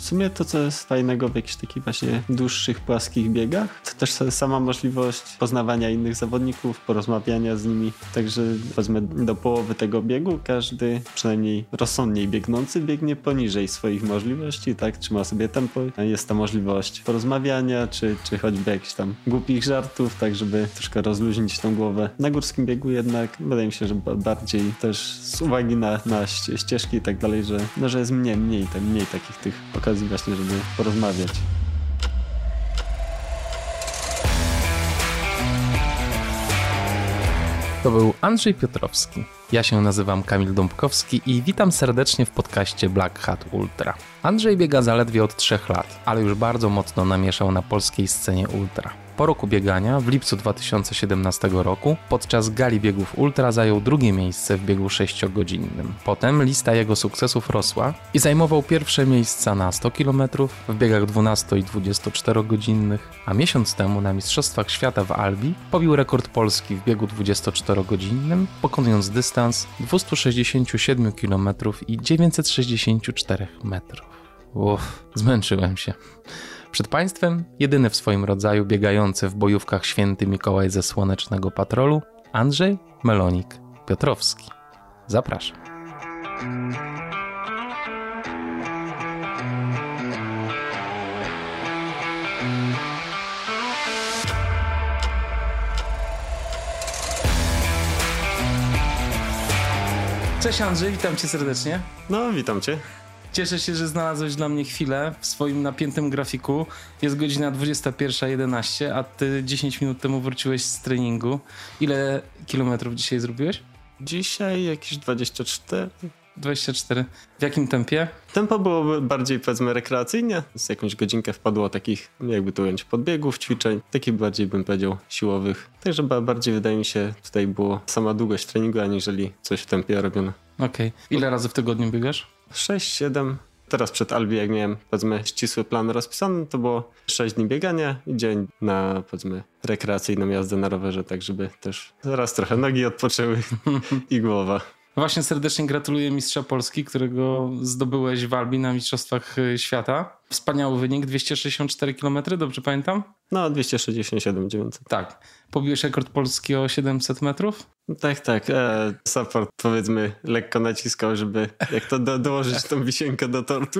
sumie to, co jest fajnego w jakichś takich właśnie dłuższych, płaskich biegach, to też sama możliwość poznawania innych zawodników, porozmawiania z nimi. Także powiedzmy do połowy tego biegu każdy, przynajmniej rozsądniej biegnący, biegnie poniżej swoich możliwości, tak? Trzyma sobie tempo. Jest ta możliwość porozmawiania, czy choćby jakichś tam głupich żartów, tak żeby troszkę rozluźnić tą głowę. Na górskim biegu jednak wydaje mi się, że bardziej też z uwagi na ścieżki i tak dalej, że jest mniej takich tych okazji właśnie, żeby porozmawiać. To był Andrzej Piotrowski. Ja się nazywam Kamil Dąbkowski i witam serdecznie w podcaście Black Hat Ultra. Andrzej biega zaledwie od 3 lat, ale już bardzo mocno namieszał na polskiej scenie ultra. Po roku biegania, w lipcu 2017 roku, podczas gali biegów ultra zajął 2. miejsce w biegu 6-godzinnym. Potem lista jego sukcesów rosła i zajmował pierwsze miejsca na 100 km, w biegach 12 i 24-godzinnych, a miesiąc temu na Mistrzostwach Świata w Albi pobił rekord Polski w biegu 24-godzinnym, pokonując dystans 267 km i 964 metrów. Zmęczyłem się. Przed Państwem jedyny w swoim rodzaju biegający w bojówkach Święty Mikołaj ze Słonecznego Patrolu, Andrzej Melonik Piotrowski. Zapraszam. Cześć Andrzej, witam Cię serdecznie. No, witam Cię. Cieszę się, że znalazłeś dla mnie chwilę w swoim napiętym grafiku. Jest godzina 21:11, a ty 10 minut temu wróciłeś z treningu. Ile kilometrów dzisiaj zrobiłeś? Dzisiaj jakieś 24. 24. W jakim tempie? Tempo było bardziej, powiedzmy, rekreacyjnie. Z jakąś godzinkę wpadło takich, jakby to ująć, podbiegów, ćwiczeń. Takich bardziej, bym powiedział, siłowych. Także bardziej, wydaje mi się, tutaj było sama długość treningu, aniżeli coś w tempie robione. Okej. Ile razy w tygodniu biegasz? 6-7. Teraz przed Albi, jak miałem, powiedzmy, ścisły plan rozpisany, to było 6 dni biegania i dzień na, powiedzmy, rekreacyjną jazdę na rowerze, tak żeby też zaraz trochę nogi odpoczęły i głowa. Właśnie serdecznie gratuluję mistrza Polski, którego zdobyłeś w Albi na Mistrzostwach Świata. Wspaniały wynik, 264 km, dobrze pamiętam? No, 267 900. Tak. Pobiłeś rekord Polski o 700 metrów? Tak. Support, powiedzmy, lekko naciskał, żeby jak to dołożyć tą wisienkę do tortu.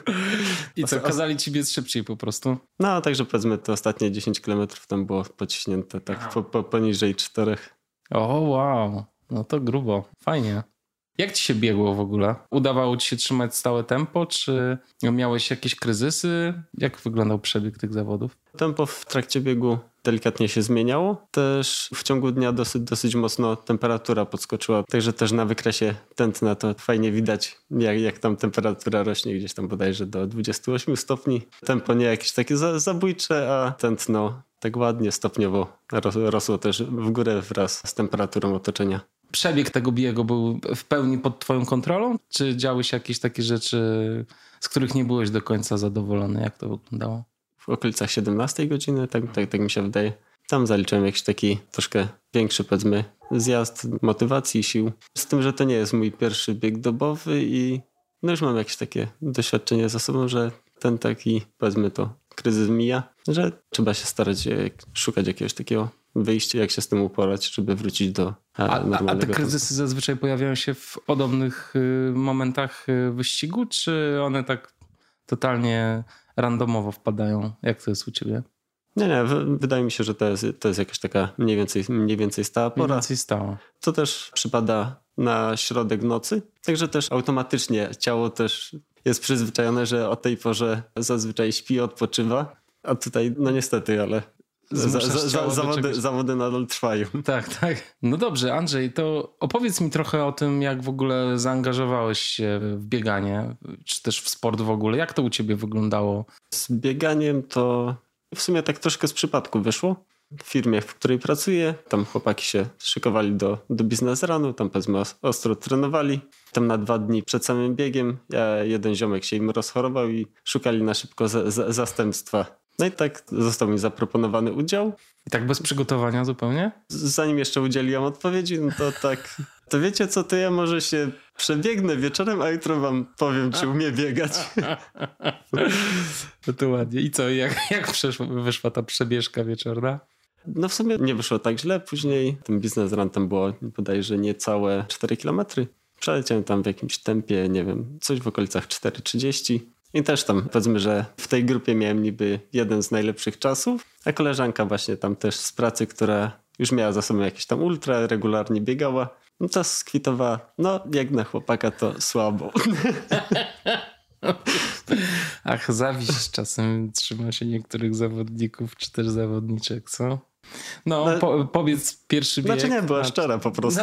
I co, kazali ci biec szybciej po prostu? No, także powiedzmy te ostatnie 10 km tam było pociśnięte tak poniżej 4. O, wow. No to grubo. Fajnie. Jak ci się biegło w ogóle? Udawało ci się trzymać stałe tempo, czy miałeś jakieś kryzysy? Jak wyglądał przebieg tych zawodów? Tempo w trakcie biegu delikatnie się zmieniało. Też w ciągu dnia dosyć mocno temperatura podskoczyła. Także też na wykresie tętna to fajnie widać, jak tam temperatura rośnie gdzieś tam bodajże do 28 stopni. Tempo nie jakieś takie zabójcze, a tętno tak ładnie stopniowo rosło też w górę wraz z temperaturą otoczenia. Przebieg tego biegu był w pełni pod twoją kontrolą? Czy działy się jakieś takie rzeczy, z których nie byłeś do końca zadowolony? Jak to wyglądało? W okolicach 17 godziny, tak mi się wydaje. Tam zaliczyłem jakiś taki troszkę większy, powiedzmy, zjazd motywacji, sił. Z tym, że to nie jest mój pierwszy bieg dobowy i no już mam jakieś takie doświadczenie za sobą, że ten taki, powiedzmy to, kryzys mija, że trzeba się starać szukać jakiegoś takiego wyjścia, jak się z tym uporać, żeby wrócić do normalnego. A te kryzysy zazwyczaj pojawiają się w podobnych momentach wyścigu, czy one tak totalnie randomowo wpadają? Jak to jest u ciebie? Nie, wydaje mi się, że to jest jakaś taka mniej więcej stała pora. Mniej więcej stała. To też przypada na środek nocy, także też automatycznie ciało też jest przyzwyczajone, że o tej porze zazwyczaj śpi, odpoczywa, a tutaj no niestety, ale zawody nadal trwają. Tak. No dobrze, Andrzej, to opowiedz mi trochę o tym, jak w ogóle zaangażowałeś się w bieganie, czy też w sport w ogóle. Jak to u ciebie wyglądało? Z bieganiem to w sumie tak troszkę z przypadku wyszło. W firmie, w której pracuję, tam chłopaki się szykowali do biznesrunu, tam powiedzmy ostro trenowali. Tam na 2 dni przed samym biegiem jeden ziomek się im rozchorował i szukali na szybko zastępstwa. No i tak został mi zaproponowany udział. I tak bez przygotowania zupełnie? Zanim jeszcze udzieliłem odpowiedzi, no to tak To wiecie co, to ja może się przebiegnę wieczorem, a jutro wam powiem, czy umie biegać. No to ładnie. I co, jak wyszła ta przebieżka wieczorna? No w sumie nie wyszło tak źle. Później ten biznes run tam było bodajże niecałe 4 kilometry. Przeleciałem tam w jakimś tempie, nie wiem, coś w okolicach 4:30. I też tam powiedzmy, że w tej grupie miałem niby jeden z najlepszych czasów, a koleżanka właśnie tam też z pracy, która już miała za sobą jakieś tam ultra, regularnie biegała, no to skwitowała, no jak na chłopaka to słabo. Ach, zawiść czasem trzyma się niektórych zawodników, czy też zawodniczek, co? No, powiedz pierwszy bieg. Znaczy nie, była szczera po prostu.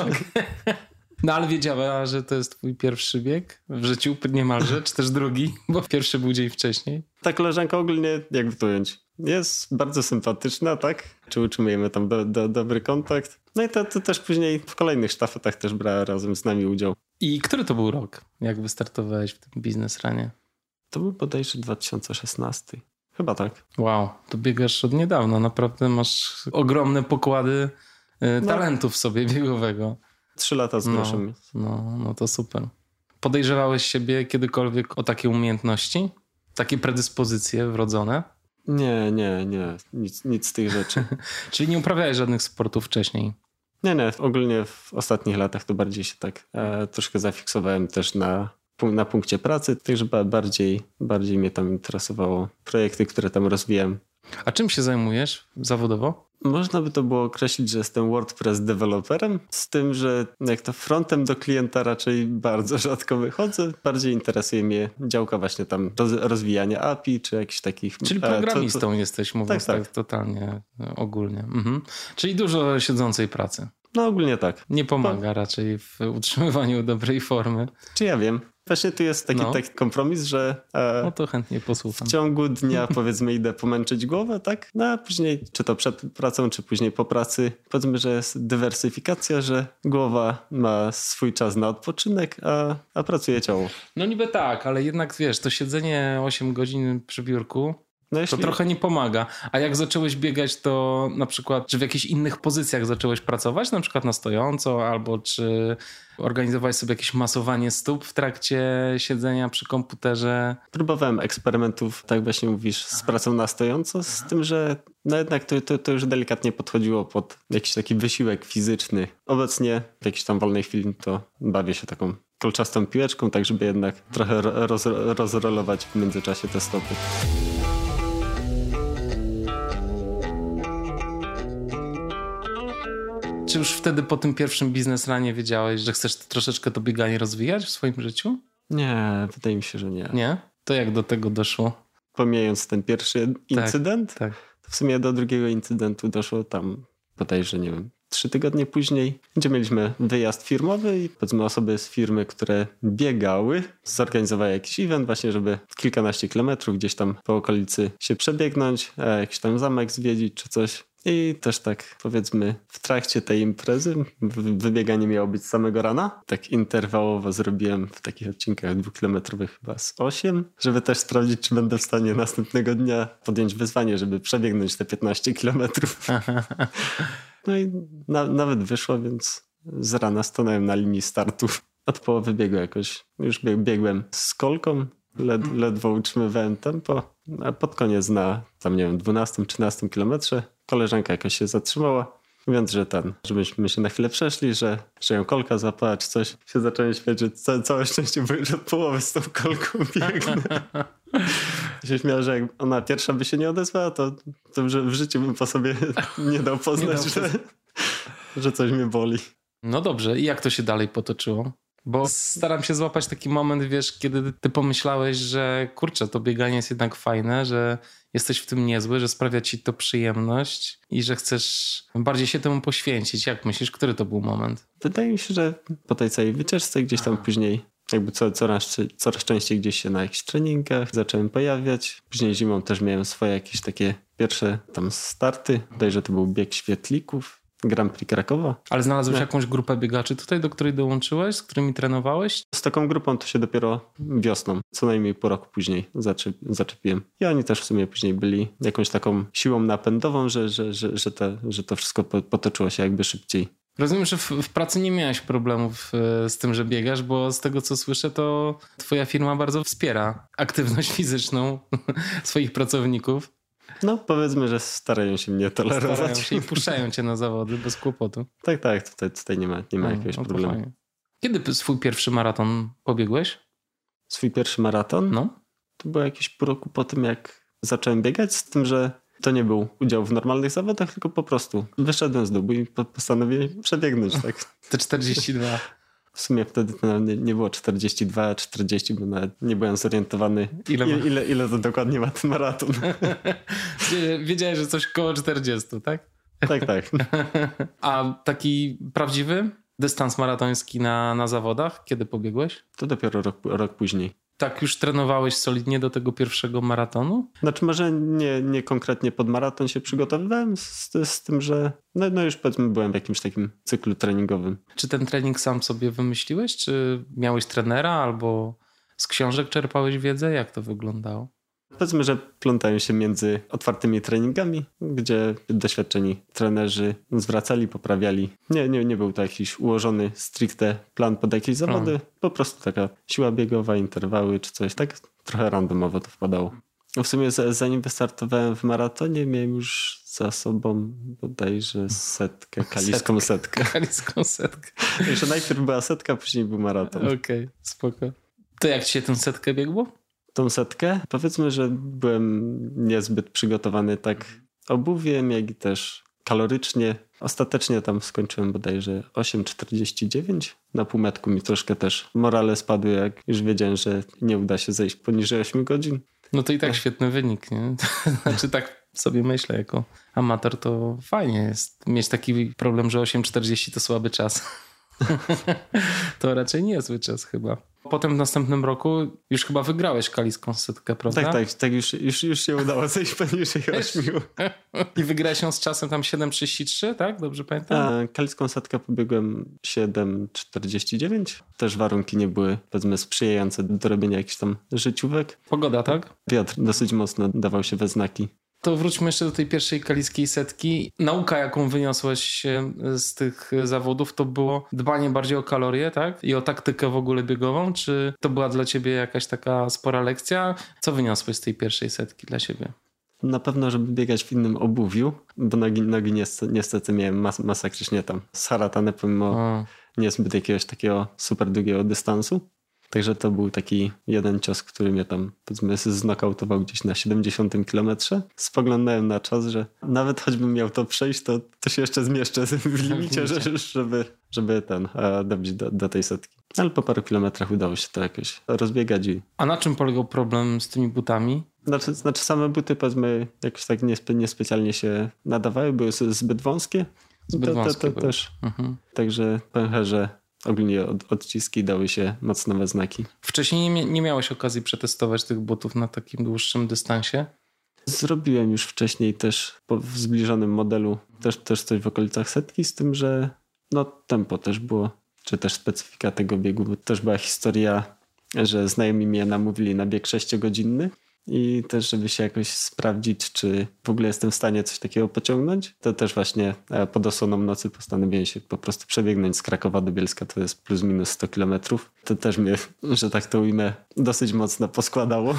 No ale wiedziała, że to jest twój pierwszy bieg w życiu niemalże, czy też drugi, bo pierwszy był dzień wcześniej. Ta koleżanka ogólnie, jakby to ująć, jest bardzo sympatyczna, tak? Czy utrzymujemy tam dobry kontakt. No i to też później w kolejnych sztafetach też brała razem z nami udział. I który to był rok, jak wystartowałeś w tym biznes runie? To był bodajże 2016. Chyba tak. Wow, to biegasz od niedawna. Naprawdę masz ogromne pokłady talentu w sobie biegowego. 3 lata z groszem. No to super. Podejrzewałeś siebie kiedykolwiek o takie umiejętności? Takie predyspozycje wrodzone? Nie. Nic z tych rzeczy. Czyli nie uprawiałeś żadnych sportów wcześniej? Nie. Ogólnie w ostatnich latach to bardziej się tak troszkę zafiksowałem też na punkcie pracy, także bardziej mnie tam interesowało projekty, które tam rozwijałem. A czym się zajmujesz zawodowo? Można by to było określić, że jestem WordPress deweloperem, z tym, że jak to frontem do klienta raczej bardzo rzadko wychodzę. Bardziej interesuje mnie działka właśnie tam rozwijania API, czy jakichś takich... Czyli programistą jesteś, mówiąc tak totalnie ogólnie. Mhm. Czyli dużo siedzącej pracy. No ogólnie tak. Nie pomaga raczej w utrzymywaniu dobrej formy. Czy ja wiem. Właśnie tu jest taki kompromis, że no to chętnie posłucham. W ciągu dnia powiedzmy idę pomęczyć głowę, tak? No a później, czy to przed pracą, czy później po pracy, powiedzmy, że jest dywersyfikacja, że głowa ma swój czas na odpoczynek, a pracuje ciało. No niby tak, ale jednak wiesz, to siedzenie 8 godzin przy biurku to trochę nie pomaga. A jak zacząłeś biegać, to na przykład, czy w jakichś innych pozycjach zacząłeś pracować, na przykład na stojąco, albo czy organizowałeś sobie jakieś masowanie stóp w trakcie siedzenia przy komputerze? Próbowałem eksperymentów, tak właśnie mówisz, z pracą na stojąco, z tym, że no jednak to już delikatnie podchodziło pod jakiś taki wysiłek fizyczny. Obecnie w jakiejś tam wolnej chwili to bawię się taką kolczastą piłeczką, tak żeby jednak trochę rozrolować w międzyczasie te stopy. Czy już wtedy po tym pierwszym biznes runie wiedziałeś, że chcesz troszeczkę to bieganie rozwijać w swoim życiu? Nie, wydaje mi się, że nie. Nie? To jak do tego doszło? Pomijając ten pierwszy incydent, tak. To w sumie do drugiego incydentu doszło tam bodajże, nie wiem, 3 tygodnie później, gdzie mieliśmy wyjazd firmowy i powiedzmy osoby z firmy, które biegały, zorganizowały jakiś event właśnie, żeby kilkanaście kilometrów gdzieś tam po okolicy się przebiegnąć, jakiś tam zamek zwiedzić czy coś. I też tak powiedzmy w trakcie tej imprezy wybieganie miało być z samego rana. Tak interwałowo zrobiłem w takich odcinkach 2-kilometrowych chyba z 8, żeby też sprawdzić, czy będę w stanie następnego dnia podjąć wyzwanie, żeby przebiegnąć te 15 kilometrów. No i nawet wyszło, więc z rana stanąłem na linii startu. Od połowy biegu jakoś już biegłem z kolką. Ledwo utrzymywałem tempo, a pod koniec na tam nie wiem 12-13 kilometrze koleżanka jakoś się zatrzymała, mówiąc, żebyśmy się na chwilę przeszli, że ją kolka złapała czy coś. Się zacząłem śmiać, że całe szczęście, bo już od połowy z tą kolką biegnę. Się śmiała, że jak ona pierwsza by się nie odezwała, to w życiu bym po sobie nie dał poznać, że coś mnie boli. No dobrze, i jak to się dalej potoczyło? Bo staram się złapać taki moment, wiesz, kiedy ty pomyślałeś, że kurczę, to bieganie jest jednak fajne, że jesteś w tym niezły, że sprawia ci to przyjemność i że chcesz bardziej się temu poświęcić. Jak myślisz, który to był moment? Wydaje mi się, że po tej całej wycieczce gdzieś tam później jakby coraz częściej gdzieś się na jakichś treningach zacząłem pojawiać. Później zimą też miałem swoje jakieś takie pierwsze tam starty. Wydaje, że to był bieg świetlików. Grand Prix Krakowa. Ale znalazłeś jakąś grupę biegaczy tutaj, do której dołączyłeś, z którymi trenowałeś? Z taką grupą to się dopiero wiosną, co najmniej po roku później zaczepiłem. I oni też w sumie później byli jakąś taką siłą napędową, że to wszystko potoczyło się jakby szybciej. Rozumiem, że w pracy nie miałeś problemów z tym, że biegasz, bo z tego co słyszę, to twoja firma bardzo wspiera aktywność fizyczną swoich pracowników. No powiedzmy, że starają się mnie tolerować. Starają się i puszczają cię na zawody bez kłopotu. Tak, tutaj nie ma jakiegoś problemu. Fajnie. Kiedy swój pierwszy maraton pobiegłeś? Swój pierwszy maraton? No. To było jakieś pół roku po tym, jak zacząłem biegać, z tym, że to nie był udział w normalnych zawodach, tylko po prostu wyszedłem z domu i postanowiłem przebiegnąć. Tak. Te 42. W sumie wtedy to nie było 42, 40, bo nawet nie byłem zorientowany, ile to dokładnie ma ten maraton. Wiedziałeś, że coś koło 40, tak? Tak. A taki prawdziwy dystans maratoński na zawodach? Kiedy pobiegłeś? To dopiero rok później. Tak już trenowałeś solidnie do tego pierwszego maratonu? Znaczy może nie konkretnie pod maraton się przygotowywałem, z tym, że no już powiedzmy byłem w jakimś takim cyklu treningowym. Czy ten trening sam sobie wymyśliłeś? Czy miałeś trenera albo z książek czerpałeś wiedzę? Jak to wyglądało? Powiedzmy, że plątają się między otwartymi treningami, gdzie doświadczeni trenerzy zwracali, poprawiali. Nie był to jakiś ułożony stricte plan pod jakieś zawody, po prostu taka siła biegowa, interwały czy coś, tak trochę randomowo to wpadało. W sumie zanim wystartowałem w maratonie, miałem już za sobą bodajże kaliską setkę. Kaliską setkę. Jeszcze najpierw była setka, później był maraton. Okej, spoko. To jak ci się tę setkę biegło? Tą setkę? Powiedzmy, że byłem niezbyt przygotowany tak obuwiem, jak i też kalorycznie. Ostatecznie tam skończyłem bodajże 8,49. Na półmetku mi troszkę też morale spadły, jak już wiedziałem, że nie uda się zejść poniżej 8 godzin. No to i tak świetny wynik, nie? Znaczy tak sobie myślę, jako amator to fajnie jest mieć taki problem, że 8,40 to słaby czas. To raczej nie jest zły czas chyba. Potem w następnym roku już chyba wygrałeś kaliską setkę, prawda? Tak, już się udało zejść poniżej 8. I wygrałeś ją z czasem tam 7,33, tak? Dobrze pamiętam? Kaliską setkę pobiegłem 7,49. Też warunki nie były, powiedzmy, sprzyjające do robienia jakichś tam życiówek. Pogoda, tak? Wiatr dosyć mocno dawał się we znaki. To wróćmy jeszcze do tej pierwszej kaliskiej setki. Nauka, jaką wyniosłeś z tych zawodów, to było dbanie bardziej o kalorie, tak? I o taktykę w ogóle biegową? Czy to była dla ciebie jakaś taka spora lekcja? Co wyniosłeś z tej pierwszej setki dla siebie? Na pewno, żeby biegać w innym obuwiu, bo nogi niestety miałem masakrycznie tam zharatane pomimo niezbyt jakiegoś takiego super długiego dystansu. Także to był taki jeden cios, który mnie tam, powiedzmy, znokautował gdzieś na 70 kilometrze. Spoglądałem na czas, że nawet choćbym miał to przejść, to się jeszcze zmieszczę w limicie, żeby dobić do tej setki. Ale po paru kilometrach udało się to jakoś rozbiegać. A na czym polegał problem z tymi butami? Znaczy same buty, powiedzmy, jakoś tak niespecjalnie się nadawały, były zbyt wąskie. Zbyt wąskie były. Też. Także powiem, że ogólnie odciski dały się mocno we znaki. Wcześniej nie miałeś okazji przetestować tych butów na takim dłuższym dystansie? Zrobiłem już wcześniej też w zbliżonym modelu też coś w okolicach setki, z tym, że tempo też było, czy też specyfika tego biegu, bo też była historia, że znajomi mnie namówili na bieg 6-godzinny i też, żeby się jakoś sprawdzić, czy w ogóle jestem w stanie coś takiego pociągnąć, to też właśnie pod osłoną nocy postanowiłem się po prostu przebiegnąć z Krakowa do Bielska, to jest plus minus 100 kilometrów. To też mnie, że tak to ujmę, dosyć mocno poskładało.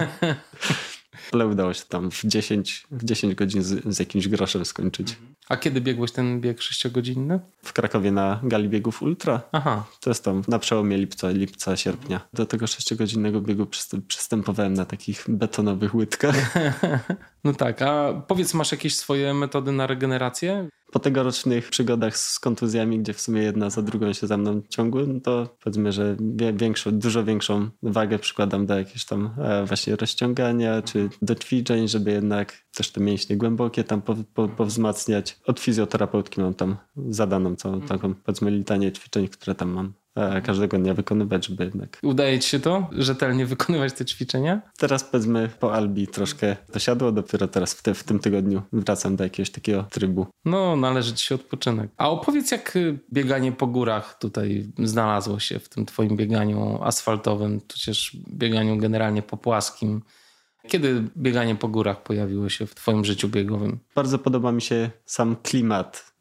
Ale udało się tam w 10 godzin z jakimś groszem skończyć. A kiedy biegłeś ten bieg 6-godzinny? W Krakowie na gali biegów ultra. Aha. To jest tam na przełomie lipca, sierpnia. Do tego 6-godzinnego biegu przystępowałem na takich betonowych łydkach. No tak, a powiedz, masz jakieś swoje metody na regenerację? Po tegorocznych przygodach z kontuzjami, gdzie w sumie jedna za drugą się za mną ciągły, no to powiedzmy, że dużo większą wagę przykładam do jakiegoś tam właśnie rozciągania, czy do ćwiczeń, żeby jednak też te mięśnie głębokie tam powzmacniać. Od fizjoterapeutki mam tam zadaną całą taką, powiedzmy, litanię ćwiczeń, które tam mam każdego dnia wykonywać, żeby jednak... Udaje ci się to? Rzetelnie wykonywać te ćwiczenia? Teraz powiedzmy po Albi troszkę dosiadło, dopiero teraz w tym tygodniu wracam do jakiegoś takiego trybu. No, należy ci się odpoczynek. A opowiedz, jak bieganie po górach tutaj znalazło się w tym twoim bieganiu asfaltowym, tudzież bieganiu generalnie po płaskim. Kiedy bieganie po górach pojawiło się w twoim życiu biegowym? Bardzo podoba mi się sam klimat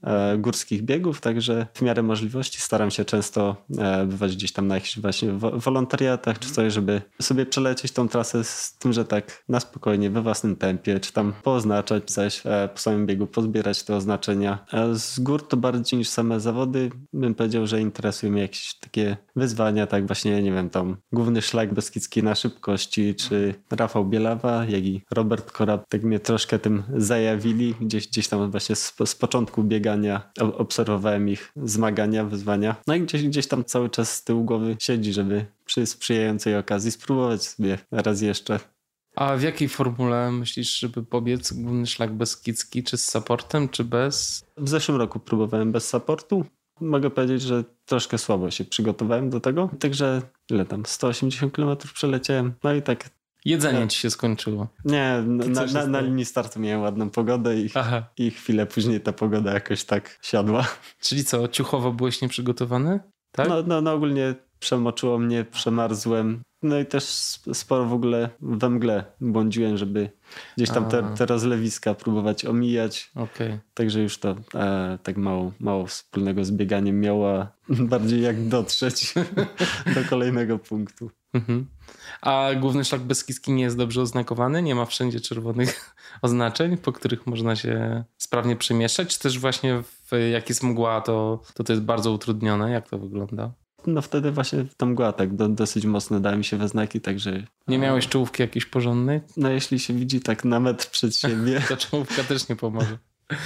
górskich biegów, także w miarę możliwości staram się często bywać gdzieś tam na jakichś właśnie wolontariatach czy coś, żeby sobie przelecieć tą trasę z tym, że tak na spokojnie, we własnym tempie, czy tam pooznaczać, zaś po samym biegu pozbierać te oznaczenia. Z gór to bardziej niż same zawody bym powiedział, że interesują mnie jakieś takie wyzwania, tak właśnie, nie wiem, tam główny szlak beskidzki na szybkości, czy Rafał Bielawa, jak i Robert Korab, tak mnie troszkę tym zajawili. Gdzieś tam właśnie z początku biegania obserwowałem ich zmagania, wyzwania. No i gdzieś tam cały czas z tyłu głowy siedzi, żeby przy sprzyjającej okazji spróbować sobie raz jeszcze. A w jakiej formule myślisz, żeby pobiec główny szlak beskidzki? Czy z supportem, czy bez? W zeszłym roku próbowałem bez supportu. Mogę powiedzieć, że troszkę słabo się przygotowałem do tego. Także ile tam? 180 km przeleciałem. No i tak. Jedzenie ci się skończyło. Nie, na linii startu miałem ładną pogodę i chwilę później ta pogoda jakoś tak siadła. Czyli co, ciuchowo byłeś nieprzygotowany? Tak? No ogólnie przemoczyło mnie, przemarzłem. No i też sporo w ogóle we mgle błądziłem, żeby gdzieś tam te rozlewiska próbować omijać. Okay. Także już to tak mało wspólnego z bieganiem miało, bardziej jak dotrzeć do kolejnego punktu. Mhm. A główny szlak beskidzki nie jest dobrze oznakowany? Nie ma wszędzie czerwonych oznaczeń, po których można się sprawnie przemieszczać? Czy też właśnie jak jest mgła, to jest bardzo utrudnione? Jak to wygląda? No wtedy właśnie ta mgła tak dosyć mocno dała mi się we znaki, także... Nie miałeś czołówki jakiejś porządnej? No jeśli się widzi tak na metr przed siebie... To czołówka też nie pomoże.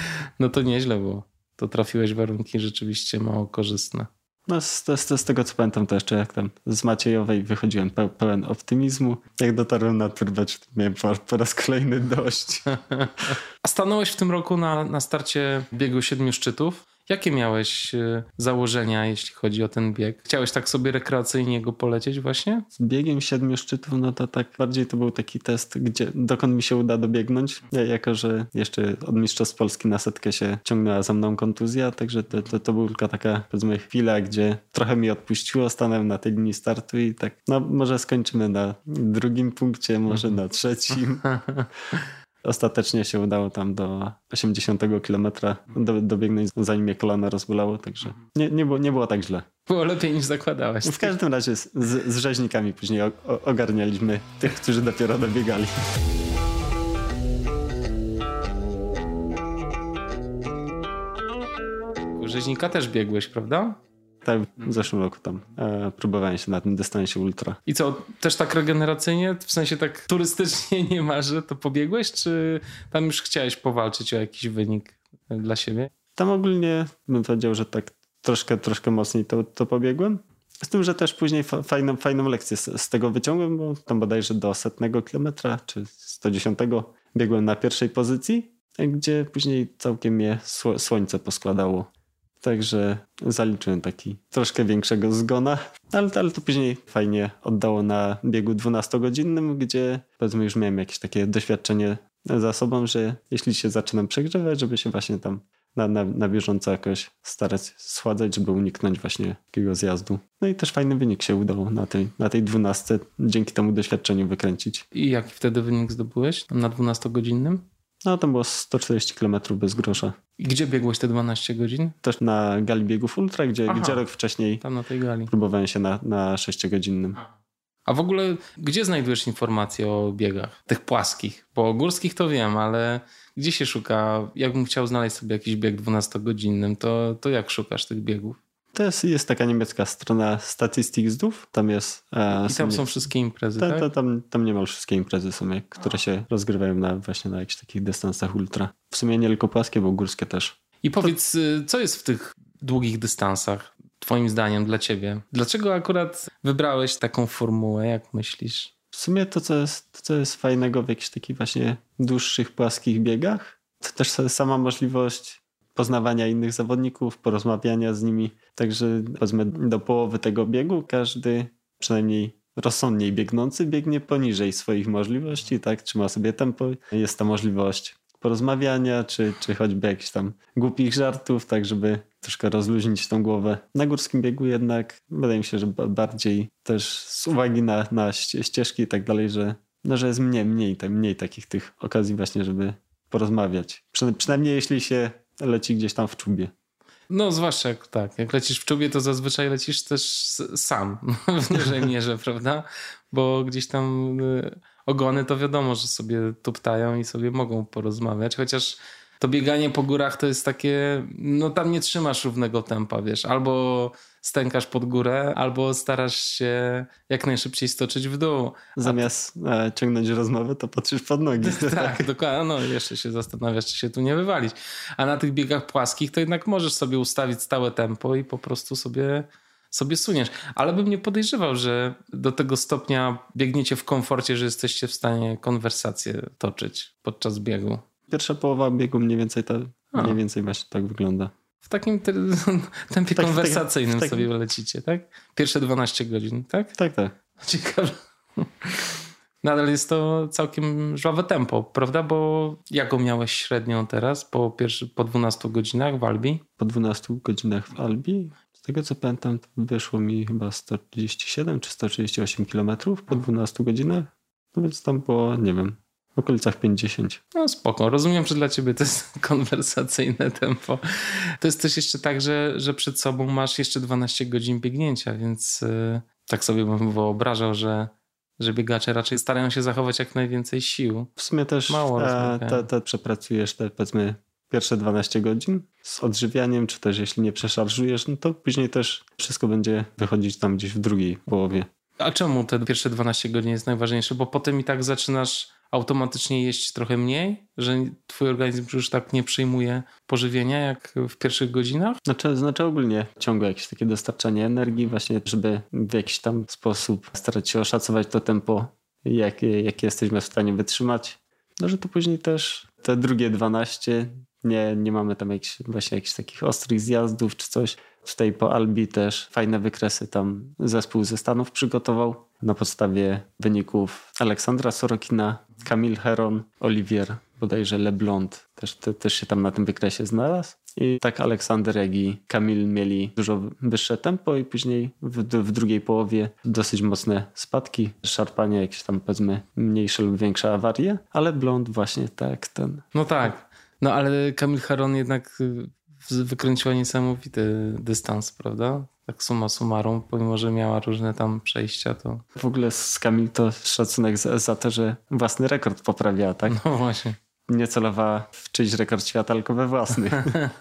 No to nieźle było. To trafiłeś w warunki rzeczywiście mało korzystne. No z tego co pamiętam to jeszcze jak tam z Maciejowej wychodziłem pełen optymizmu. Jak dotarłem na turbacz, miałem po raz kolejny dość. A stanąłeś w tym roku na starcie biegu 7 szczytów. Jakie miałeś założenia, jeśli chodzi o ten bieg? Chciałeś tak sobie rekreacyjnie go polecieć właśnie? Z biegiem 7 szczytów, no to tak bardziej to był taki test, dokąd mi się uda dobiegnąć. Jako, że jeszcze od Mistrzostw Polski na setkę się ciągnęła za mną kontuzja, także to była tylko taka, powiedzmy, chwila, gdzie trochę mi odpuściło, stanąłem na tej linii startu i tak, no może skończymy na drugim punkcie, może na trzecim. Ostatecznie się udało tam do 80 kilometra dobiegnąć, zanim mnie kolano rozbolało, także nie było tak źle. Było lepiej niż zakładałeś. W każdym razie z rzeźnikami później ogarnialiśmy tych, którzy dopiero dobiegali. Rzeźnika też biegłeś, prawda? Tak, w zeszłym roku tam próbowałem się na tym dystansie ultra. I co, też tak regeneracyjnie, w sensie tak turystycznie nie marzy, to pobiegłeś, czy tam już chciałeś powalczyć o jakiś wynik dla siebie? Tam ogólnie bym powiedział, że tak troszkę mocniej to pobiegłem. Z tym, że też później fajną lekcję z tego wyciągłem, bo tam bodajże do 100 kilometra czy 110 biegłem na pierwszej pozycji, gdzie później całkiem mnie słońce poskładało. Także zaliczyłem taki troszkę większego zgona, ale to później fajnie oddało na biegu 12-godzinnym, gdzie powiedzmy już miałem jakieś takie doświadczenie za sobą, że jeśli się zaczynam przegrzewać, żeby się właśnie tam na bieżąco jakoś starać schładzać, żeby uniknąć właśnie takiego zjazdu. No i też fajny wynik się udało na tej 12 dzięki temu doświadczeniu wykręcić. I jaki wtedy wynik zdobyłeś na 12-godzinnym? No to było 140 km bez grosza. I gdzie biegłeś te 12 godzin? Też na gali biegów ultra, gdzie rok wcześniej tam na tej gali próbowałem się na 6-godzinnym. A w ogóle gdzie znajdujesz informacje o biegach? Tych płaskich? Bo o górskich to wiem, ale gdzie się szuka? Jakbym chciał znaleźć sobie jakiś bieg 12-godzinnym, to jak szukasz tych biegów? To jest taka niemiecka strona Statistics-dów. Tam jest... I tam są wszystkie imprezy, tak? Tam niemal wszystkie imprezy są, które się rozgrywają właśnie na jakichś takich dystansach ultra. W sumie nie tylko płaskie, bo górskie też. I powiedz, co jest w tych długich dystansach, twoim zdaniem, dla ciebie? Dlaczego akurat wybrałeś taką formułę, jak myślisz? W sumie to, co jest fajnego w jakichś takich właśnie dłuższych, płaskich biegach, to też sama możliwość poznawania innych zawodników, porozmawiania z nimi. Także powiedzmy do połowy tego biegu każdy, przynajmniej rozsądniej biegnący, biegnie poniżej swoich możliwości, tak? Trzyma sobie tempo. Jest ta możliwość porozmawiania, czy choćby jakichś tam głupich żartów, tak żeby troszkę rozluźnić tą głowę. Na górskim biegu jednak wydaje mi się, że bardziej też z uwagi na ścieżki i tak dalej, że jest mniej takich tych okazji właśnie, żeby porozmawiać. Przynajmniej jeśli się leci gdzieś tam w czubie. No zwłaszcza jak lecisz w czubie, to zazwyczaj lecisz też sam w dużej mierze, prawda? Bo gdzieś tam ogony to wiadomo, że sobie tuptają i sobie mogą porozmawiać, chociaż to bieganie po górach to jest takie, no tam nie trzymasz równego tempa, wiesz, albo stękasz pod górę, albo starasz się jak najszybciej stoczyć w dół. Zamiast ciągnąć rozmowę, to patrzysz pod nogi. Tak, dokładnie. No jeszcze się zastanawiasz, czy się tu nie wywalić. A na tych biegach płaskich to jednak możesz sobie ustawić stałe tempo i po prostu sobie suniesz. Ale bym nie podejrzewał, że do tego stopnia biegniecie w komforcie, że jesteście w stanie konwersację toczyć podczas biegu. Pierwsza połowa biegu mniej więcej właśnie tak wygląda. W takim tempie konwersacyjnym sobie lecicie, tak? Pierwsze 12 godzin, tak? Tak. Ciekawe. Nadal jest to całkiem żwawe tempo, prawda? Bo jaką miałeś średnią teraz po 12 godzinach w Albi? Po 12 godzinach w Albi? Z tego co pamiętam, to wyszło mi chyba 137 czy 138 kilometrów po 12 godzinach. No więc tam było, nie wiem, w okolicach 50. No spoko. Rozumiem, że dla ciebie to jest konwersacyjne tempo. To jest też jeszcze tak, że przed sobą masz jeszcze 12 godzin biegnięcia, więc tak sobie bym wyobrażał, że biegacze raczej starają się zachować jak najwięcej sił. W sumie też przepracujesz te, powiedzmy, pierwsze 12 godzin z odżywianiem, czy też jeśli nie przeszarżujesz, no to później też wszystko będzie wychodzić tam gdzieś w drugiej połowie. A czemu te pierwsze 12 godzin jest najważniejsze? Bo potem i tak zaczynasz automatycznie jeść trochę mniej, że twój organizm już tak nie przyjmuje pożywienia jak w pierwszych godzinach? Znaczy ogólnie ciągłe jakieś takie dostarczanie energii właśnie, żeby w jakiś tam sposób starać się oszacować to tempo, jakie jesteśmy w stanie wytrzymać. No, że to później też te drugie 12 nie mamy tam jakichś takich ostrych zjazdów czy coś. Tutaj po Albi też fajne wykresy tam zespół ze Stanów przygotował na podstawie wyników Aleksandra Sorokina, Camille Herron, Olivier, bodajże LeBlond też się tam na tym wykresie znalazł. I tak Aleksander, jak i Camille mieli dużo wyższe tempo i później w drugiej połowie dosyć mocne spadki, szarpanie, jakieś tam powiedzmy mniejsze lub większe awarie, ale Blond właśnie tak ten. No tak, no ale Camille Herron jednak wykręciła niesamowity dystans, prawda? Tak summa summarum, pomimo że miała różne tam przejścia, to... W ogóle z Camille to szacunek za to, że własny rekord poprawiała, tak? No właśnie. Nie celowała w czyjś rekord świata, tylko we własny.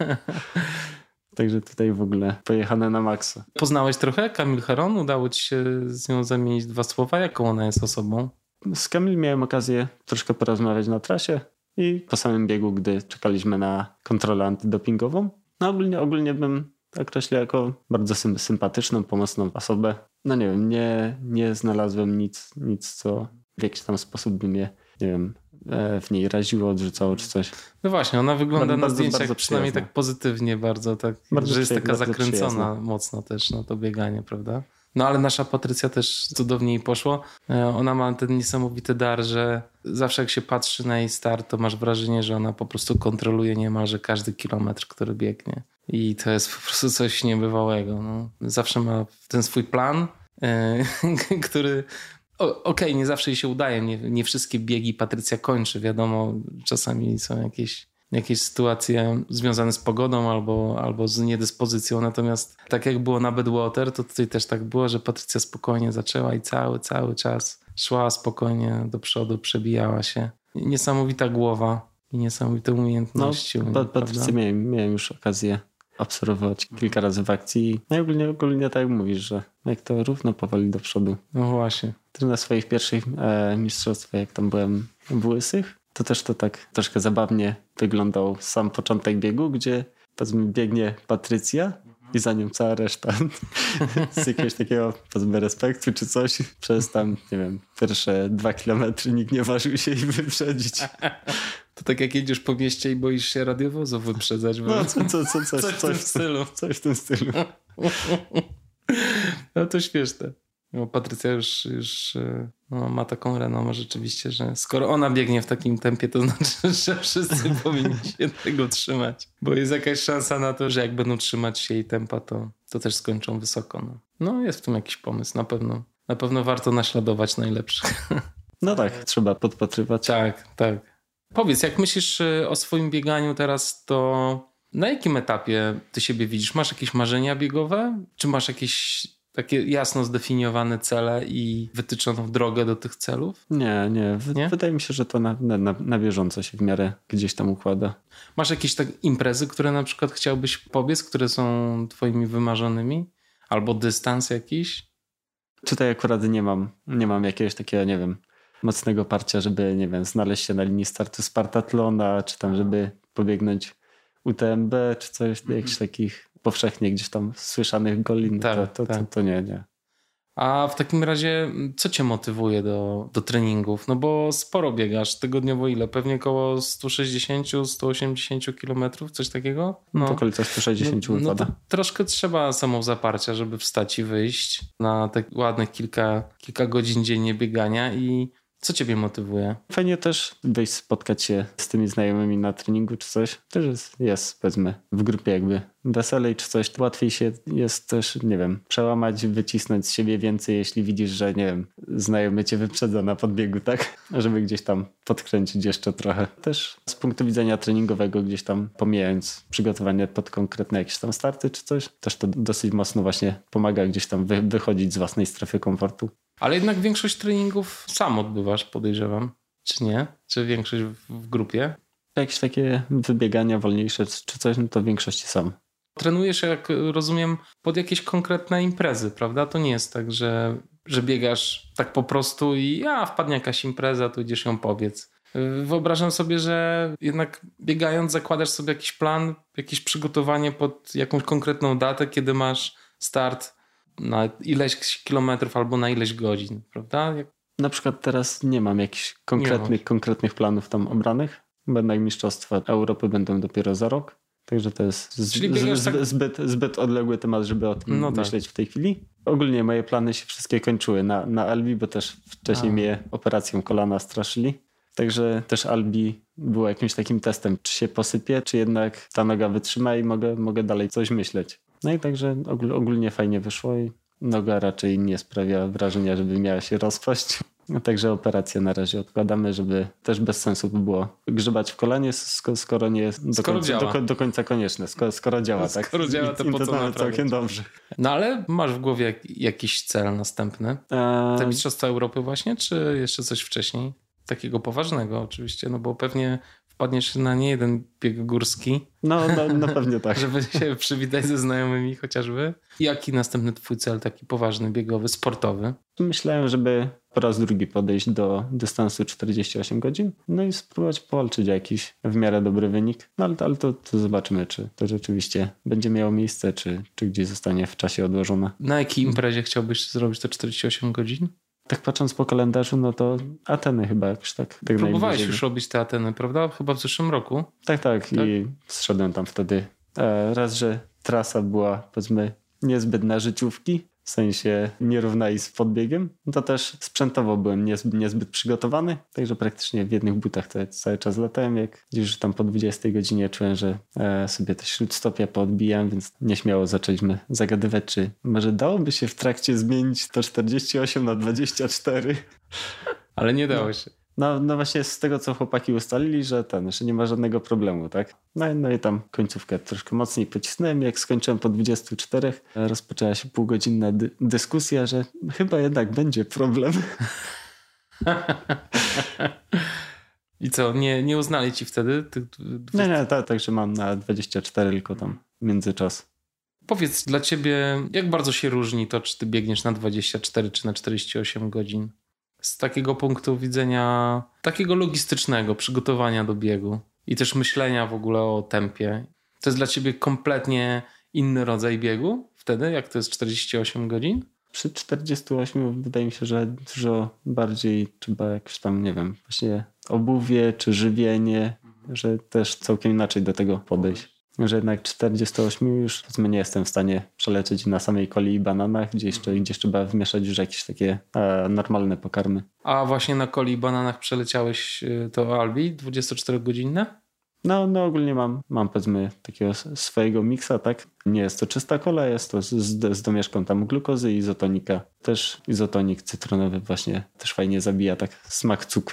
Także tutaj w ogóle pojechane na maksa. Poznałeś trochę Camille Herron? Udało ci się z nią zamienić 2 słowa? Jaką ona jest osobą? Z Camille miałem okazję troszkę porozmawiać na trasie i po samym biegu, gdy czekaliśmy na kontrolę antydopingową. No ogólnie bym określił jako bardzo sympatyczną, pomocną osobę. No nie wiem, nie znalazłem nic, co w jakiś tam sposób by mnie, nie wiem, w niej raziło, odrzucało czy coś. No właśnie, ona wygląda na zdjęciach bardzo przynajmniej tak pozytywnie bardzo, tak, że jest taka zakręcona mocno też na to bieganie, prawda? No ale nasza Patrycja też cudownie jej poszło. Ona ma ten niesamowity dar, że zawsze jak się patrzy na jej start, to masz wrażenie, że ona po prostu kontroluje niemalże każdy kilometr, który biegnie. I to jest po prostu coś niebywałego. No. Zawsze ma ten swój plan, który... Okej, nie zawsze jej się udaje. Nie wszystkie biegi Patrycja kończy. Wiadomo, czasami są jakieś sytuacje związane z pogodą albo z niedyspozycją. Natomiast tak jak było na Badwater, to tutaj też tak było, że Patrycja spokojnie zaczęła i cały czas szła spokojnie do przodu, przebijała się. Niesamowita głowa i niesamowite umiejętności. No, Patrycję miałem już okazję obserwować kilka razy w akcji. No i ogólnie tak jak mówisz, że jak to równo powoli do przodu. No właśnie. Też na swoich pierwszych mistrzostwach, jak tam byłem w Łysych, to też to tak troszkę zabawnie wyglądał sam początek biegu, gdzie powiedzmy biegnie Patrycja i za nią cała reszta z jakiegoś takiego powiedzmy respektu czy coś. Przez tam, nie wiem, pierwsze 2 kilometry nikt nie ważył się jej wyprzedzić. To tak jak jedziesz po mieście i boisz się radiowozów wyprzedzać. No coś w tym stylu. Coś w tym stylu. No to śmieszne. No, Patrycja już ma taką renomę rzeczywiście, że skoro ona biegnie w takim tempie, to znaczy, że wszyscy powinni się tego trzymać. Bo jest jakaś szansa na to, że jak będą trzymać się jej tempa, to też skończą wysoko. No jest w tym jakiś pomysł, na pewno. Na pewno warto naśladować najlepszych. No tak, trzeba podpatrywać. Tak. Powiedz, jak myślisz o swoim bieganiu teraz, to Na jakim etapie ty siebie widzisz? Masz jakieś marzenia biegowe? Czy masz jakieś takie jasno zdefiniowane cele i wytyczoną drogę do tych celów? Nie. Nie? Wydaje mi się, że to na bieżąco się w miarę gdzieś tam układa. Masz jakieś tak imprezy, które na przykład chciałbyś pobiec, które są twoimi wymarzonymi? Albo dystans jakiś? Tutaj akurat nie mam jakiegoś takiego, nie wiem, mocnego parcia, żeby, nie wiem, znaleźć się na linii startu Spartatlona, czy tam, żeby pobiegnąć UTMB, czy coś, jakichś takich powszechnie gdzieś tam słyszanych golin. Tak, to nie. A w takim razie co cię motywuje do treningów? No bo sporo biegasz, tygodniowo ile? Pewnie około 160-180 kilometrów, coś takiego? No. W okolicach 160 wypada. To troszkę trzeba samozaparcia, żeby wstać i wyjść na te ładnych kilka godzin dziennie biegania. I co ciebie motywuje? Fajnie też wyjść, spotkać się z tymi znajomymi na treningu czy coś. Też jest powiedzmy w grupie jakby weselej czy coś. Łatwiej się jest też, nie wiem, przełamać, wycisnąć z siebie więcej, jeśli widzisz, że, nie wiem, znajomy cię wyprzedza na podbiegu, tak? Żeby gdzieś tam podkręcić jeszcze trochę. Też z punktu widzenia treningowego gdzieś tam pomijając przygotowanie pod konkretne jakieś tam starty czy coś, też to dosyć mocno właśnie pomaga gdzieś tam wychodzić z własnej strefy komfortu. Ale jednak większość treningów sam odbywasz, podejrzewam. Czy nie? Czy większość w grupie? Jakieś takie wybiegania wolniejsze czy coś, no to w większości sam. Trenujesz, jak rozumiem, pod jakieś konkretne imprezy, prawda? To nie jest tak, że biegasz tak po prostu i wpadnie jakaś impreza, to idziesz ją pobiec. Wyobrażam sobie, że jednak biegając zakładasz sobie jakiś plan, jakieś przygotowanie pod jakąś konkretną datę, kiedy masz start na ileś kilometrów albo na ileś godzin, prawda? Na przykład teraz nie mam jakichś konkretnych planów tam obranych, bo jednak mistrzostwa Europy będą dopiero za rok, także to jest zbyt odległy temat, żeby o tym myśleć w tej chwili. Ogólnie moje plany się wszystkie kończyły na Albi, bo też wcześniej mnie operacją kolana straszyli. Także też Albi było jakimś takim testem, czy się posypie, czy jednak ta noga wytrzyma i mogę dalej coś myśleć. No i także ogólnie fajnie wyszło i noga raczej nie sprawia wrażenia, żeby miała się rozpaść. Także operację na razie odkładamy, żeby też bez sensu by było grzebać w kolanie, skoro nie jest do końca konieczne. Skoro działa, tak? Skoro działa, to po co mamy całkiem dobrze. No ale masz w głowie jakiś cel następny? Te Mistrzostwa Europy właśnie, czy jeszcze coś wcześniej? Takiego poważnego oczywiście, no bo pewnie wpadniesz na niejeden bieg górski. No pewnie tak. Żeby się przywitać ze znajomymi chociażby. Jaki następny twój cel, taki poważny, biegowy, sportowy? Myślałem, żeby po raz drugi podejść do dystansu 48 godzin, no i spróbować powalczyć o jakiś w miarę dobry wynik. No ale to zobaczymy, czy to rzeczywiście będzie miało miejsce, czy gdzieś zostanie w czasie odłożone. Na jakiej imprezie chciałbyś zrobić te 48 godzin? Tak patrząc po kalendarzu, no to Ateny chyba jakoś tak. Próbowałeś już robić te Ateny, prawda? Chyba w zeszłym roku. Tak. I zszedłem tam wtedy. Raz, że trasa była powiedzmy niezbyt na życiówki, w sensie nierówna i z podbiegiem, to też sprzętowo byłem niezbyt przygotowany, także praktycznie w jednych butach cały czas latałem, jak gdzieś tam po 20 godzinie czułem, że sobie te śródstopia poodbijam, więc nieśmiało zaczęliśmy zagadywać, czy może dałoby się w trakcie zmienić to 48 na 24. Ale nie dało się. No właśnie z tego, co chłopaki ustalili, że nie ma żadnego problemu, tak? No i tam końcówkę troszkę mocniej pocisnąłem. Jak skończyłem po 24, rozpoczęła się półgodzinna dyskusja, że chyba jednak będzie problem. I co, nie uznali ci wtedy? Nie, także mam na 24 tylko tam międzyczas. Powiedz, dla ciebie jak bardzo się różni to, czy ty biegniesz na 24 czy na 48 godzin? Z takiego punktu widzenia, takiego logistycznego, przygotowania do biegu i też myślenia w ogóle o tempie. To jest dla ciebie kompletnie inny rodzaj biegu wtedy, jak to jest 48 godzin? Przy 48 wydaje mi się, że dużo bardziej trzeba jakoś tam, nie wiem, właśnie obuwie czy żywienie, że też całkiem inaczej do tego podejść. Że jednak 48 już powiedzmy nie jestem w stanie przelecieć na samej coli i bananach, gdzie trzeba wmieszać już jakieś takie normalne pokarmy. A właśnie na coli i bananach przeleciałeś to Albi 24-godzinne? No ogólnie mam powiedzmy takiego swojego miksa, tak? Nie jest to czysta kola, jest to z domieszką tam glukozy i izotonika. Też izotonik cytrynowy właśnie też fajnie zabija tak smak cukru.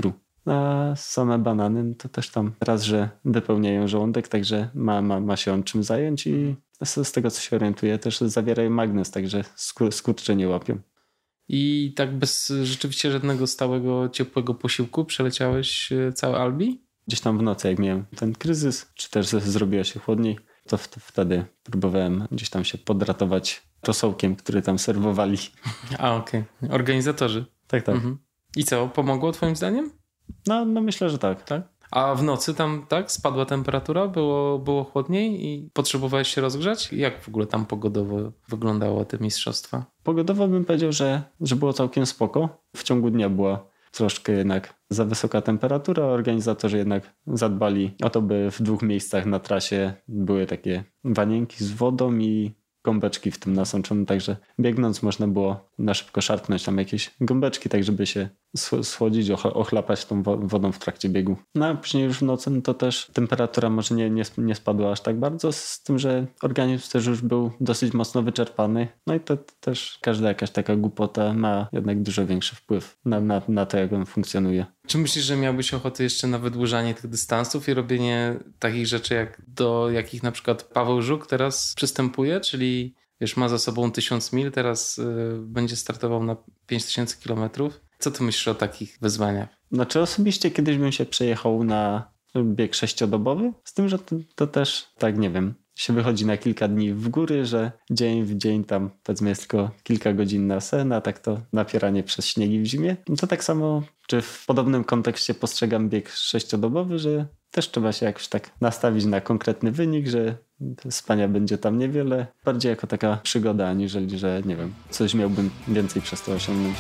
A same banany to też tam raz, że wypełniają żołądek, także ma się on czym zająć i z tego co się orientuję też zawierają magnez, także skurcze nie łapią. I tak bez rzeczywiście żadnego stałego, ciepłego posiłku przeleciałeś całe Albi? Gdzieś tam w nocy jak miałem ten kryzys, czy też zrobiło się chłodniej, to wtedy próbowałem gdzieś tam się podratować rosołkiem, który tam serwowali. A okej. Organizatorzy. Tak. Mhm. I co, pomogło twoim zdaniem? No myślę, że tak. A w nocy tam tak spadła temperatura? Było chłodniej i potrzebowałeś się rozgrzać? Jak w ogóle tam pogodowo wyglądało te mistrzostwa? Pogodowo bym powiedział, że było całkiem spoko. W ciągu dnia była troszkę jednak za wysoka temperatura. Organizatorzy jednak zadbali o to, by w 2 miejscach na trasie były takie wanienki z wodą i gąbeczki w tym nasączone, także biegnąc można było na szybko szarpnąć tam jakieś gąbeczki, tak żeby się schłodzić, ochlapać tą wodą w trakcie biegu. No a później już w nocy no to też temperatura może nie spadła aż tak bardzo, z tym, że organizm też już był dosyć mocno wyczerpany. No i to też każda jakaś taka głupota ma jednak dużo większy wpływ na to, jak on funkcjonuje. Czy myślisz, że miałbyś ochotę jeszcze na wydłużanie tych dystansów i robienie takich rzeczy, do jakich na przykład Paweł Żuk teraz przystępuje, czyli wiesz, ma za sobą 1000 mil, teraz będzie startował na 5000 kilometrów. Co ty myślisz o takich wyzwaniach? Znaczy osobiście kiedyś bym się przejechał na bieg 6-dobowy, z tym, że to też, tak nie wiem, się wychodzi na kilka dni w góry, że dzień w dzień tam powiedzmy jest tylko kilka godzin na sen, a tak to napieranie przez śniegi w zimie. No to tak samo, czy w podobnym kontekście postrzegam bieg 6-dobowy, że też trzeba się jakoś tak nastawić na konkretny wynik, że spania będzie tam niewiele. Bardziej jako taka przygoda, aniżeli, że nie wiem, coś miałbym więcej przez to osiągnąć.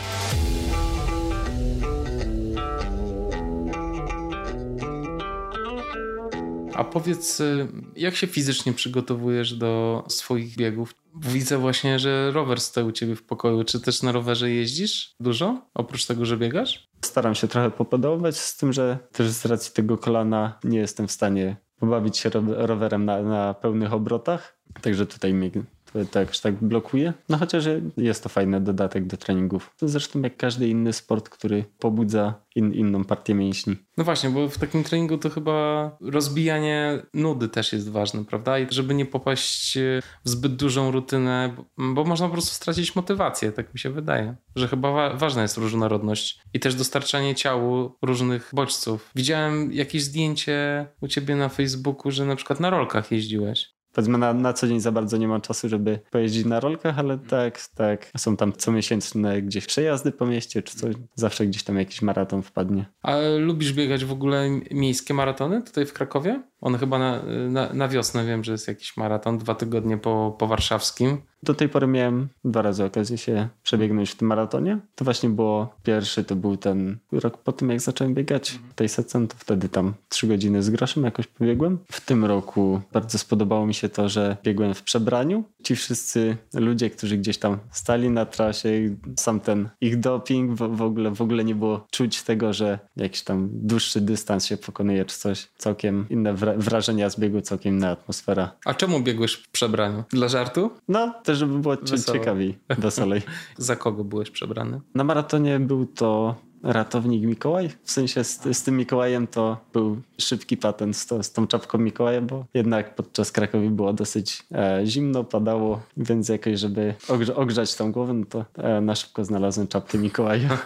A powiedz, jak się fizycznie przygotowujesz do swoich biegów? Widzę właśnie, że rower stoi u ciebie w pokoju. Czy też na rowerze jeździsz dużo? Oprócz tego, że biegasz? Staram się trochę popedałować, z tym, że też z racji tego kolana nie jestem w stanie pobawić się rowerem na pełnych obrotach. Także tutaj mnie to jakoś tak blokuje. No chociaż jest to fajny dodatek do treningów. To zresztą jak każdy inny sport, który pobudza inną partię mięśni. No właśnie, bo w takim treningu to chyba rozbijanie nudy też jest ważne, prawda? I żeby nie popaść w zbyt dużą rutynę, bo można po prostu stracić motywację, tak mi się wydaje. Że chyba ważna jest różnorodność i też dostarczanie ciału różnych bodźców. Widziałem jakieś zdjęcie u ciebie na Facebooku, że na przykład na rolkach jeździłeś. Powiedzmy na co dzień za bardzo nie mam czasu, żeby pojeździć na rolkach, ale tak. Są tam comiesięczne gdzieś przejazdy po mieście, czy coś. Zawsze gdzieś tam jakiś maraton wpadnie. A lubisz biegać w ogóle miejskie maratony tutaj w Krakowie? One chyba na wiosnę wiem, że jest jakiś maraton, 2 tygodnie po warszawskim. Do tej pory miałem 2 razy okazję się przebiegnąć w tym maratonie. To właśnie było pierwszy, to był ten rok po tym, jak zacząłem biegać w tej setce, to wtedy tam 3 godziny z groszem jakoś pobiegłem. W tym roku bardzo spodobało mi się to, że biegłem w przebraniu. Ci wszyscy ludzie, którzy gdzieś tam stali na trasie, sam ten ich doping, w ogóle nie było czuć tego, że jakiś tam dłuższy dystans się pokonuje czy coś. Całkiem inne wrażenia z biegu, całkiem inna atmosfera. A czemu biegłeś w przebraniu? Dla żartu? No, też żeby było ciekawiej, weselej. Za kogo byłeś przebrany? Na maratonie był to ratownik Mikołaj. W sensie z tym Mikołajem to był szybki patent z tą czapką Mikołaja, bo jednak podczas Krakowi było dosyć zimno, padało, więc jakoś, żeby ogrzać tą głowę, no to na szybko znalazłem czapkę Mikołaja.